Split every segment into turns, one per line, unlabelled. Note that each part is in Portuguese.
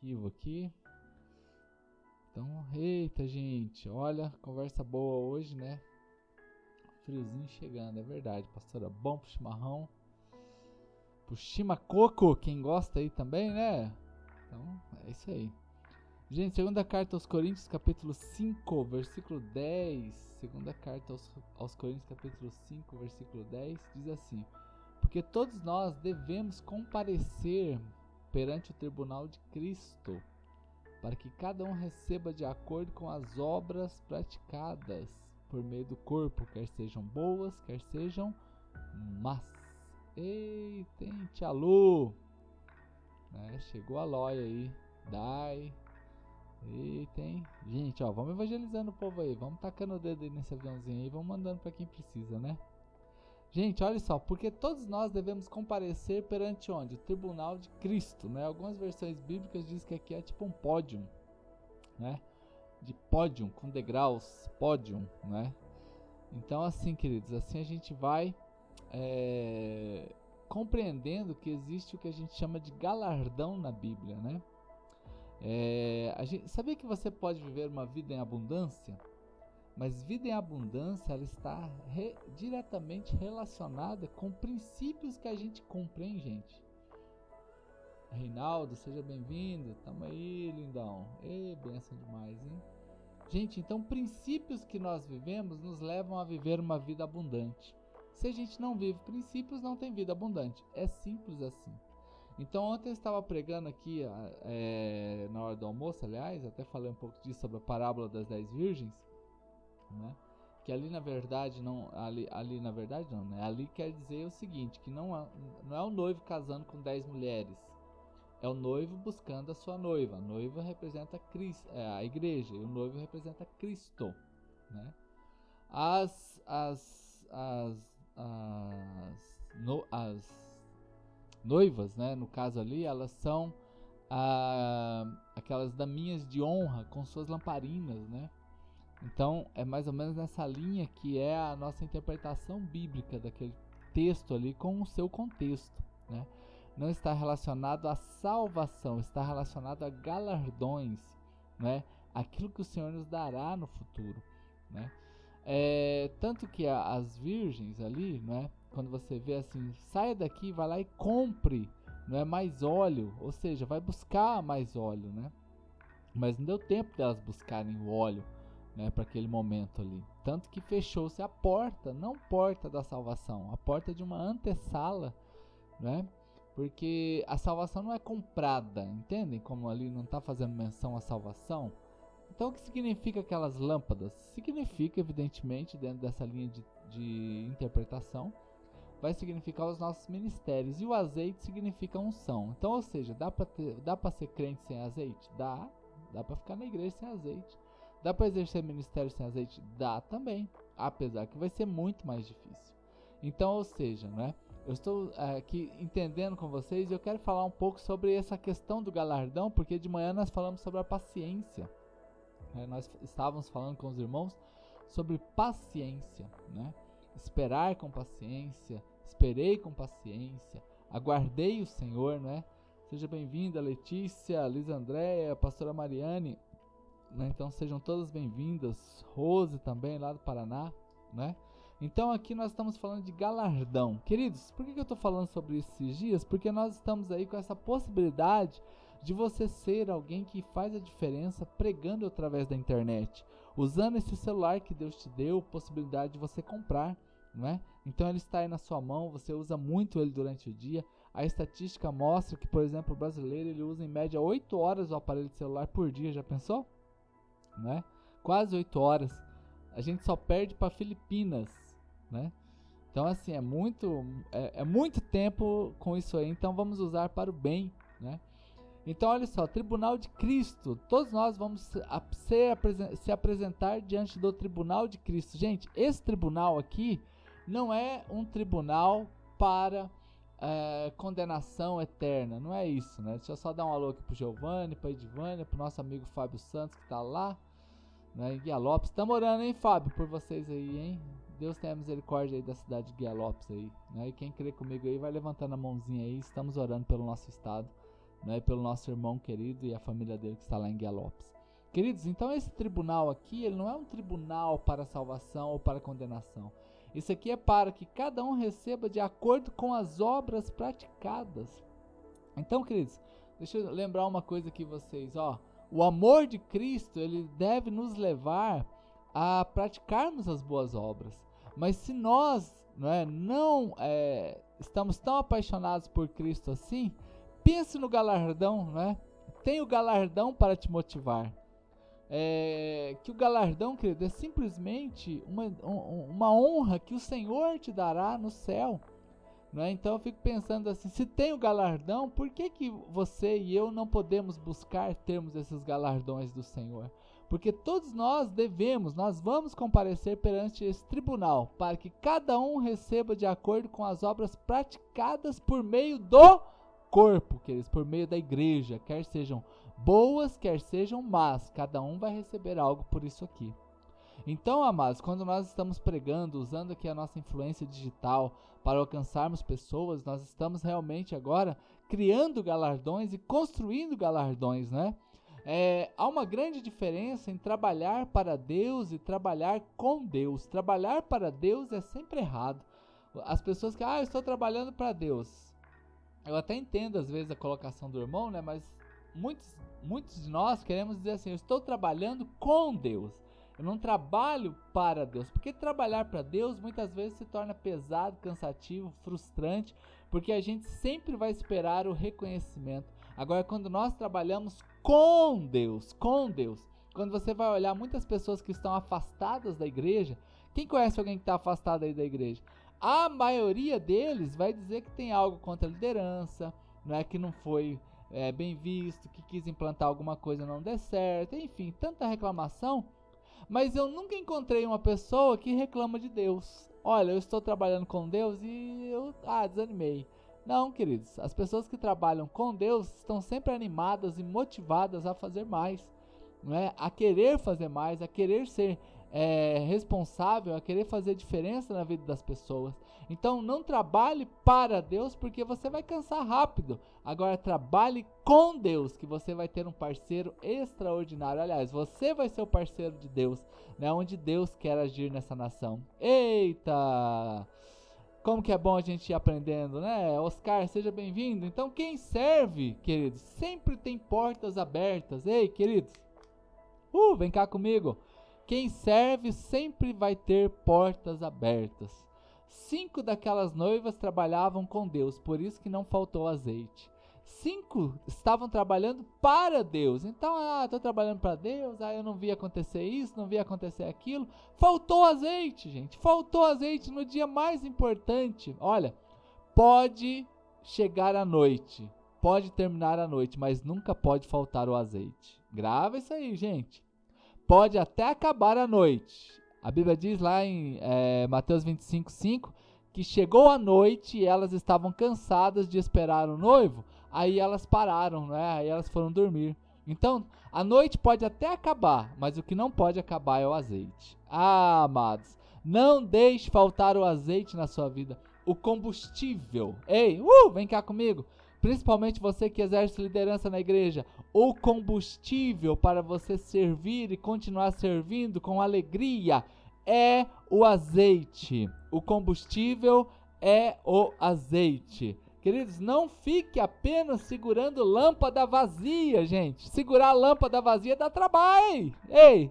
arquivo aqui. Então, eita gente, olha, conversa boa hoje, né? Friozinho chegando, é verdade, pastora. Bom pro chimarrão, pro chimacoco, quem gosta aí também, né? Então, é isso aí. Gente, segunda carta aos Coríntios, capítulo 5, versículo 10. Segunda carta aos Coríntios, capítulo 5, versículo 10, diz assim: porque todos nós devemos comparecer perante o tribunal de Cristo, para que cada um receba de acordo com as obras praticadas por meio do corpo, quer sejam boas, quer sejam más. Eita, hein, tia Lu, né? Chegou a Lóia aí, Dai. Eita, hein? Gente, ó, vamos evangelizando o povo aí, vamos tacando o dedo aí nesse aviãozinho aí, vamos mandando para quem precisa, né? Gente, olha só, porque todos nós devemos comparecer perante onde? O tribunal de Cristo, né? Algumas versões bíblicas dizem que aqui é tipo um pódium, né? De pódium, com degraus, pódium, né? Então assim, queridos, assim a gente vai compreendendo que existe o que a gente chama de galardão na Bíblia, né? Sabia que você pode viver uma vida em abundância? Mas vida em abundância, ela está diretamente relacionada com princípios que a gente cumpre, hein, gente? Reinaldo, seja bem-vindo. Tamo aí, lindão. Benção demais, hein? Gente, então princípios que nós vivemos nos levam a viver uma vida abundante. Se a gente não vive princípios, não tem vida abundante. É simples assim. Então ontem eu estava pregando aqui, na hora do almoço, aliás, até falei um pouco disso sobre a parábola das 10 virgens. Né? Que ali na verdade não, né? Ali quer dizer o seguinte, que não é o noivo casando com 10 mulheres, é o noivo buscando a sua noiva. A noiva representa Cristo, a igreja, e o noivo representa Cristo, né? As noivas, né? No caso ali, elas são aquelas daminhas de honra com suas lamparinas, né? Então, é mais ou menos nessa linha que é a nossa interpretação bíblica daquele texto ali com o seu contexto, né? Não está relacionado à salvação, está relacionado a galardões, né? Aquilo que o Senhor nos dará no futuro, né? Tanto que as virgens ali, né? Quando você vê assim, saia daqui, vai lá e compre, não é, mais óleo, ou seja, vai buscar mais óleo, né? Mas não deu tempo delas buscarem o óleo, né, para aquele momento ali. Tanto que fechou-se a porta, não porta da salvação, a porta de uma antessala, né? Porque a salvação não é comprada, entendem? Como ali não está fazendo menção à salvação. Então o que significa aquelas lâmpadas? Significa, evidentemente, dentro dessa linha de interpretação, vai significar os nossos ministérios. E o azeite significa unção. Então, ou seja, dá para ser crente sem azeite? Dá para ficar na igreja sem azeite. Dá para exercer ministério sem azeite? Dá também, apesar que vai ser muito mais difícil. Então, ou seja, né, eu estou aqui entendendo com vocês e eu quero falar um pouco sobre essa questão do galardão, porque de manhã nós falamos sobre a paciência. Nós estávamos falando com os irmãos sobre paciência, né? Esperar com paciência, esperei com paciência, aguardei o Senhor, né? Seja bem-vinda, Letícia, Liz Andréia, pastora Mariane. Então sejam todas bem-vindas, Rose também lá do Paraná, né? Então aqui nós estamos falando de galardão. Queridos, por que eu estou falando sobre esses dias? Porque nós estamos aí com essa possibilidade de você ser alguém que faz a diferença pregando através da internet, usando esse celular que Deus te deu, possibilidade de você comprar, né? Então ele está aí na sua mão, você usa muito ele durante o dia. A estatística mostra que, por exemplo, o brasileiro ele usa em média 8 horas o aparelho de celular por dia, já pensou? Né? Quase 8 horas. A gente só perde para Filipinas, né? Então assim, é muito tempo com isso aí, então vamos usar para o bem, né? Então olha só, Tribunal de Cristo, todos nós vamos se apresentar diante do Tribunal de Cristo. Gente, esse tribunal aqui não é um tribunal para condenação eterna, não é isso, né? Deixa eu só dar um alô aqui pro Giovanni, pra Edivânia, pro nosso amigo Fábio Santos que tá lá, né, em Guia Lopes. Estamos orando, hein, Fábio, por vocês aí, hein? Deus tenha misericórdia aí da cidade de Guia Lopes aí, né? E quem crê comigo aí vai levantando a mãozinha aí, estamos orando pelo nosso estado, né, pelo nosso irmão querido e a família dele que está lá em Guialopes. Queridos, então esse tribunal aqui, ele não é um tribunal para salvação ou para condenação. Isso aqui é para que cada um receba de acordo com as obras praticadas. Então, queridos, deixa eu lembrar uma coisa aqui vocês, ó. O amor de Cristo, ele deve nos levar a praticarmos as boas obras. Mas se nós não estamos tão apaixonados por Cristo assim, pense no galardão, né? Tem o galardão para te motivar. Que o galardão, querido, é simplesmente uma honra que o Senhor te dará no céu. Né? Então eu fico pensando assim, se tem o galardão, por que você e eu não podemos buscar termos esses galardões do Senhor? Porque todos nós vamos comparecer perante esse tribunal, para que cada um receba de acordo com as obras praticadas por meio do corpo, queridos, por meio da igreja, quer sejam boas, quer sejam más, cada um vai receber algo por isso aqui. Então, amados, quando nós estamos pregando, usando aqui a nossa influência digital para alcançarmos pessoas, nós estamos realmente agora criando galardões e construindo galardões, né? Há uma grande diferença em trabalhar para Deus e trabalhar com Deus. Trabalhar para Deus é sempre errado. As pessoas que, eu estou trabalhando para Deus. Eu até entendo às vezes a colocação do irmão, né? Mas muitos de nós queremos dizer assim, eu estou trabalhando com Deus. Eu não trabalho para Deus, porque trabalhar para Deus muitas vezes se torna pesado, cansativo, frustrante, porque a gente sempre vai esperar o reconhecimento. Agora, quando nós trabalhamos com Deus, quando você vai olhar muitas pessoas que estão afastadas da igreja, quem conhece alguém que está afastado aí da igreja? A maioria deles vai dizer que tem algo contra a liderança, que não foi bem visto, que quis implantar alguma coisa e não deu certo, enfim, tanta reclamação. Mas eu nunca encontrei uma pessoa que reclama de Deus. Olha, eu estou trabalhando com Deus e eu desanimei. Não, queridos, as pessoas que trabalham com Deus estão sempre animadas e motivadas a fazer mais, a querer fazer mais, a querer ser responsável, a querer fazer diferença na vida das pessoas. Então não trabalhe para Deus, porque você vai cansar rápido. Agora trabalhe com Deus, que você vai ter um parceiro extraordinário. Aliás, você vai ser o parceiro de Deus, onde Deus quer agir nessa nação. Eita! Como que é bom a gente ir aprendendo, né? Oscar, seja bem-vindo. Então quem serve, queridos, sempre tem portas abertas. Ei, queridos, vem cá comigo. Quem serve sempre vai ter portas abertas. 5 daquelas noivas trabalhavam com Deus, por isso que não faltou azeite. 5 estavam trabalhando para Deus. Então, estou trabalhando para Deus, eu não vi acontecer isso, não vi acontecer aquilo. Faltou azeite, gente. Faltou azeite no dia mais importante. Olha, pode chegar a noite, pode terminar a noite, mas nunca pode faltar o azeite. Grava isso aí, gente. Pode até acabar a noite. A Bíblia diz lá em Mateus 25:5 que chegou a noite e elas estavam cansadas de esperar o noivo. Aí elas pararam, aí elas foram dormir. Então, a noite pode até acabar, mas o que não pode acabar é o azeite. Amados, não deixe faltar o azeite na sua vida. O combustível. Ei, vem cá comigo. Principalmente você que exerce liderança na igreja, o combustível para você servir e continuar servindo com alegria é o azeite. O combustível é o azeite. Queridos, não fique apenas segurando lâmpada vazia, gente. Segurar a lâmpada vazia dá trabalho. Ei,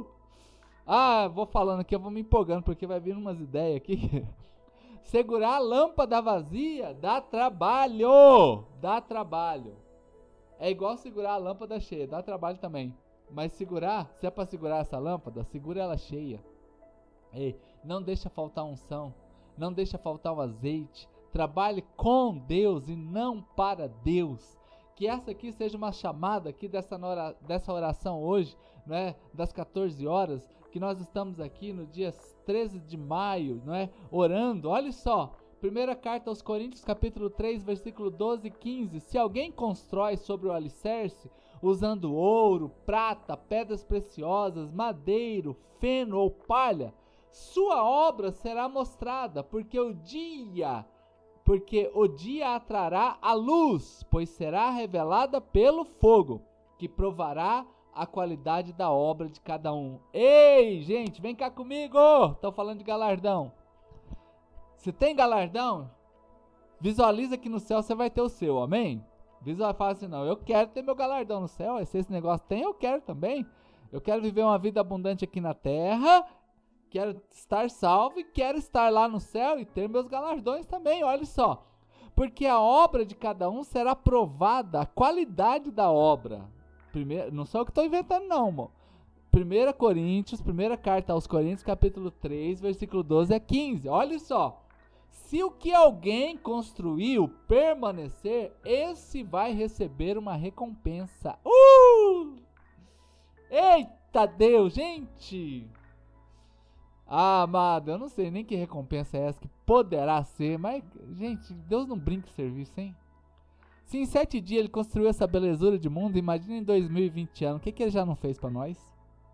vou falando aqui, eu vou me empolgando porque vai vir umas ideias aqui. Segurar a lâmpada vazia dá trabalho. Dá trabalho. É igual segurar a lâmpada cheia, dá trabalho também. Mas se é para segurar essa lâmpada, segura ela cheia. Ei, não deixa faltar unção, não deixa faltar o azeite. Trabalhe com Deus e não para Deus. Que essa aqui seja uma chamada aqui dessa oração hoje, das 14 horas, que nós estamos aqui no dia 13 de maio, orando. Olha só, primeira carta aos Coríntios, capítulo 3, versículo 12 e 15. Se alguém constrói sobre o alicerce, usando ouro, prata, pedras preciosas, madeiro, feno ou palha, sua obra será mostrada, porque o dia porque o dia atrará a luz, pois será revelada pelo fogo, que provará a qualidade da obra de cada um. Ei, gente, vem cá comigo! Estou falando de galardão. Se tem galardão, visualiza que no céu você vai ter o seu, amém? Fala assim, não, eu quero ter meu galardão no céu, se esse negócio tem, eu quero também. Eu quero viver uma vida abundante aqui na terra, quero estar salvo e quero estar lá no céu e ter meus galardões também, olha só. Porque a obra de cada um será provada, a qualidade da obra. Primeiro, não sou eu que estou inventando não, irmão. 1 Coríntios, primeira carta aos Coríntios, capítulo 3, versículo 12 a 15, olha só. Se o que alguém construiu permanecer, esse vai receber uma recompensa. Eita Deus, gente! Ah, amado, eu não sei nem que recompensa é essa que poderá ser, mas, gente, Deus não brinca com serviço, hein? Se em 7 dias ele construiu essa belezura de mundo, imagina em 2020 anos, o que ele já não fez para nós?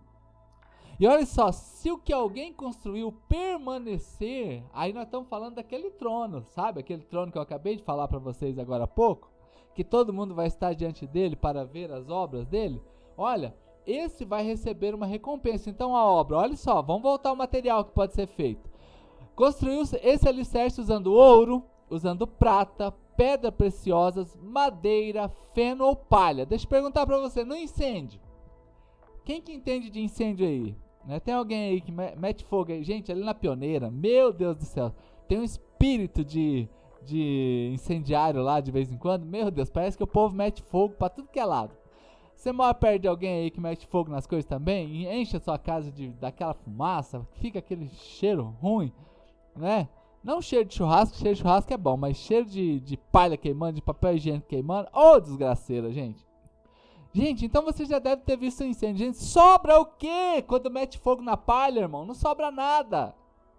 E olha só, se o que alguém construiu permanecer, aí nós estamos falando daquele trono, sabe? Aquele trono que eu acabei de falar para vocês agora há pouco, que todo mundo vai estar diante dele para ver as obras dele. Olha, esse vai receber uma recompensa. Então a obra, olha só, vamos voltar ao material que pode ser feito. Construiu esse alicerce usando ouro, usando prata, pedras preciosas, madeira, feno ou palha. Deixa eu perguntar para você, no incêndio, quem que entende de incêndio aí? Tem alguém aí que mete fogo aí? Gente, ali na Pioneira, meu Deus do céu, tem um espírito de incendiário lá de vez em quando. Meu Deus, parece que o povo mete fogo pra tudo que é lado. Você mora perto de alguém aí que mete fogo nas coisas também? E enche a sua casa daquela fumaça, fica aquele cheiro ruim, né? Não cheiro de churrasco é bom, mas cheiro de palha queimando, de papel higiênico queimando. Ô, desgraceira, gente. Gente, então você já deve ter visto um incêndio. Gente, sobra o quê quando mete fogo na palha, irmão? Não sobra nada.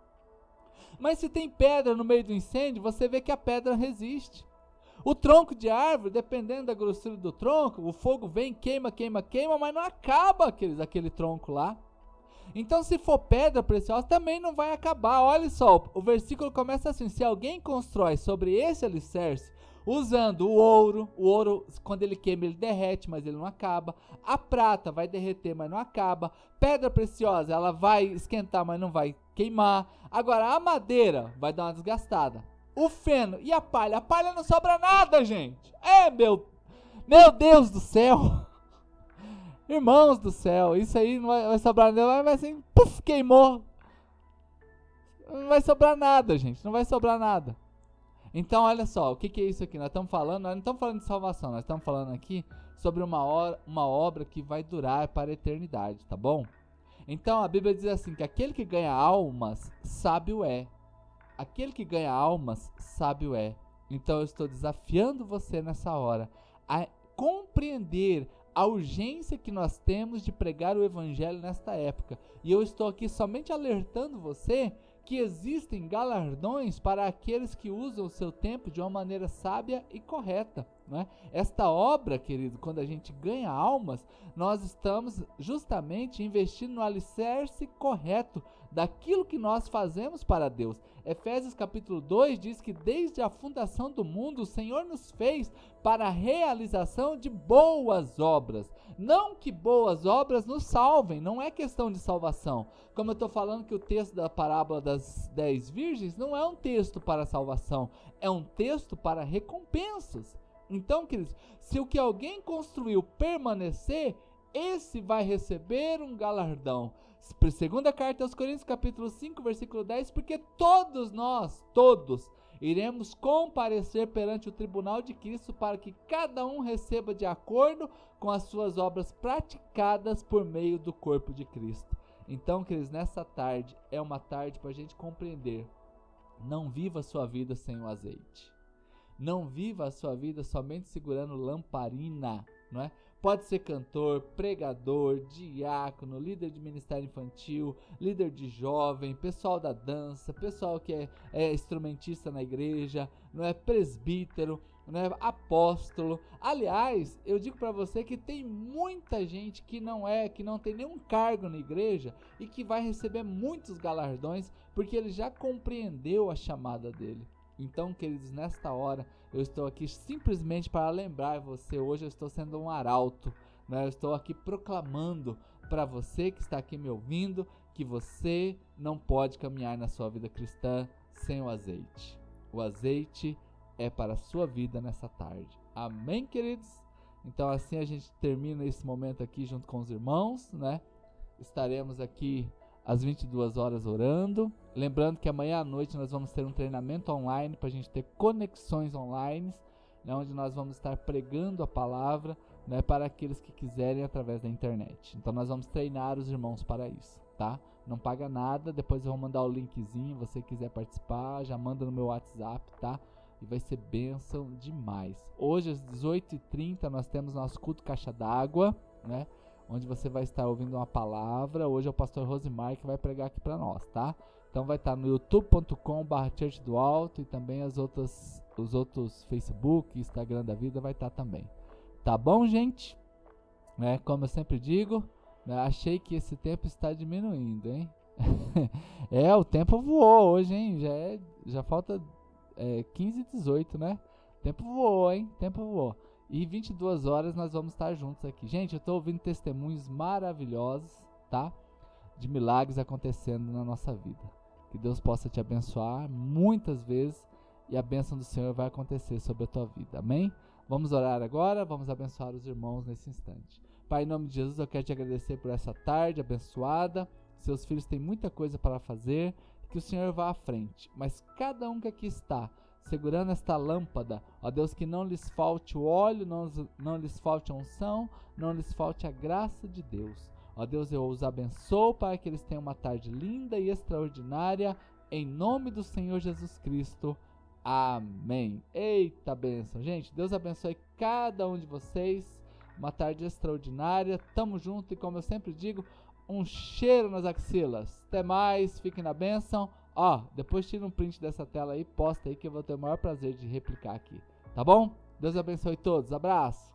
Mas se tem pedra no meio do incêndio, você vê que a pedra resiste. O tronco de árvore, dependendo da grossura do tronco, o fogo vem, queima, mas não acaba aquele tronco lá. Então, se for pedra preciosa, também não vai acabar. Olha só, o versículo começa assim: se alguém constrói sobre esse alicerce, usando o ouro, quando ele queima ele derrete, mas ele não acaba. A prata vai derreter, mas não acaba. Pedra preciosa, ela vai esquentar, mas não vai queimar. Agora a madeira vai dar uma desgastada. O feno e a palha não sobra nada, gente. Meu Deus do céu. Irmãos do céu, isso aí não vai sobrar nada, vai assim, puf, queimou. Não vai sobrar nada, gente, não vai sobrar nada. Então, olha só, o que é isso aqui? Nós não estamos falando de salvação, nós estamos falando aqui sobre uma obra que vai durar para a eternidade, tá bom? Então, a Bíblia diz assim, que aquele que ganha almas, sábio é. Aquele que ganha almas, sábio é. Então, eu estou desafiando você nessa hora a compreender a urgência que nós temos de pregar o evangelho nesta época. E eu estou aqui somente alertando você que existem galardões para aqueles que usam o seu tempo de uma maneira sábia e correta, né? Esta obra, querido, quando a gente ganha almas, nós estamos justamente investindo no alicerce correto daquilo que nós fazemos para Deus. Efésios capítulo 2 diz que desde a fundação do mundo o Senhor nos fez para a realização de boas obras. Não que boas obras nos salvem, não é questão de salvação. Como eu estou falando que o texto da parábola das 10 virgens não é um texto para salvação, é um texto para recompensas. Então, queridos, se o que alguém construiu permanecer, esse vai receber um galardão. Segunda carta aos Coríntios, capítulo 5, versículo 10, porque todos nós, iremos comparecer perante o tribunal de Cristo para que cada um receba de acordo com as suas obras praticadas por meio do corpo de Cristo. Então, queridos, nessa tarde é uma tarde para a gente compreender. Não viva a sua vida sem o azeite. Não viva a sua vida somente segurando lamparina, não é? Pode ser cantor, pregador, diácono, líder de ministério infantil, líder de jovem, pessoal da dança, pessoal que é instrumentista na igreja, não é, presbítero, não é, apóstolo. Aliás, eu digo para você que tem muita gente que não tem nenhum cargo na igreja e que vai receber muitos galardões porque ele já compreendeu a chamada dele. Então, queridos, nesta hora eu estou aqui simplesmente para lembrar você, hoje eu estou sendo um arauto, né? Eu estou aqui proclamando para você que está aqui me ouvindo que você não pode caminhar na sua vida cristã sem o azeite. O azeite é para a sua vida nessa tarde. Amém, queridos? Então assim a gente termina esse momento aqui junto com os irmãos, né? Estaremos aqui às 22 horas orando. Lembrando que amanhã à noite nós vamos ter um treinamento online para a gente ter conexões online, né, onde nós vamos estar pregando a palavra, né, para aqueles que quiserem através da internet. Então nós vamos treinar os irmãos para isso, tá? Não paga nada, depois eu vou mandar o linkzinho, você quiser participar, já manda no meu WhatsApp, tá? E vai ser bênção demais. Hoje às 18h30 nós temos nosso culto caixa d'água, né? Onde você vai estar ouvindo uma palavra. Hoje é o pastor Rosimar que vai pregar aqui para nós, tá? Então vai estar no youtube.com/Church do Alto e também os outros Facebook, Instagram da vida vai estar também. Tá bom, gente? Como eu sempre digo, achei que esse tempo está diminuindo, hein? O tempo voou hoje, hein? Já falta 15h18, né? O tempo voou, hein? O tempo voou. E 22 horas nós vamos estar juntos aqui. Gente, eu estou ouvindo testemunhos maravilhosos, tá? De milagres acontecendo na nossa vida. Que Deus possa te abençoar muitas vezes e a bênção do Senhor vai acontecer sobre a tua vida. Amém? Vamos orar agora, vamos abençoar os irmãos nesse instante. Pai, em nome de Jesus, eu quero te agradecer por essa tarde abençoada. Seus filhos têm muita coisa para fazer, que o Senhor vá à frente. Mas cada um que aqui está, segurando esta lâmpada, ó Deus, que não lhes falte o óleo, não lhes falte a unção, não lhes falte a graça de Deus. Ó Deus, eu os abençoo para que eles tenham uma tarde linda e extraordinária, em nome do Senhor Jesus Cristo. Amém. Eita bênção. Gente, Deus abençoe cada um de vocês. Uma tarde extraordinária. Tamo junto e como eu sempre digo, um cheiro nas axilas. Até mais, fiquem na bênção. Depois tira um print dessa tela aí, posta aí que eu vou ter o maior prazer de replicar aqui. Tá bom? Deus abençoe todos. Abraço.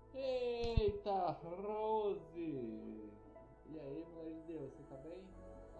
Eita, Rose. E aí, mulher de Deus, você tá bem?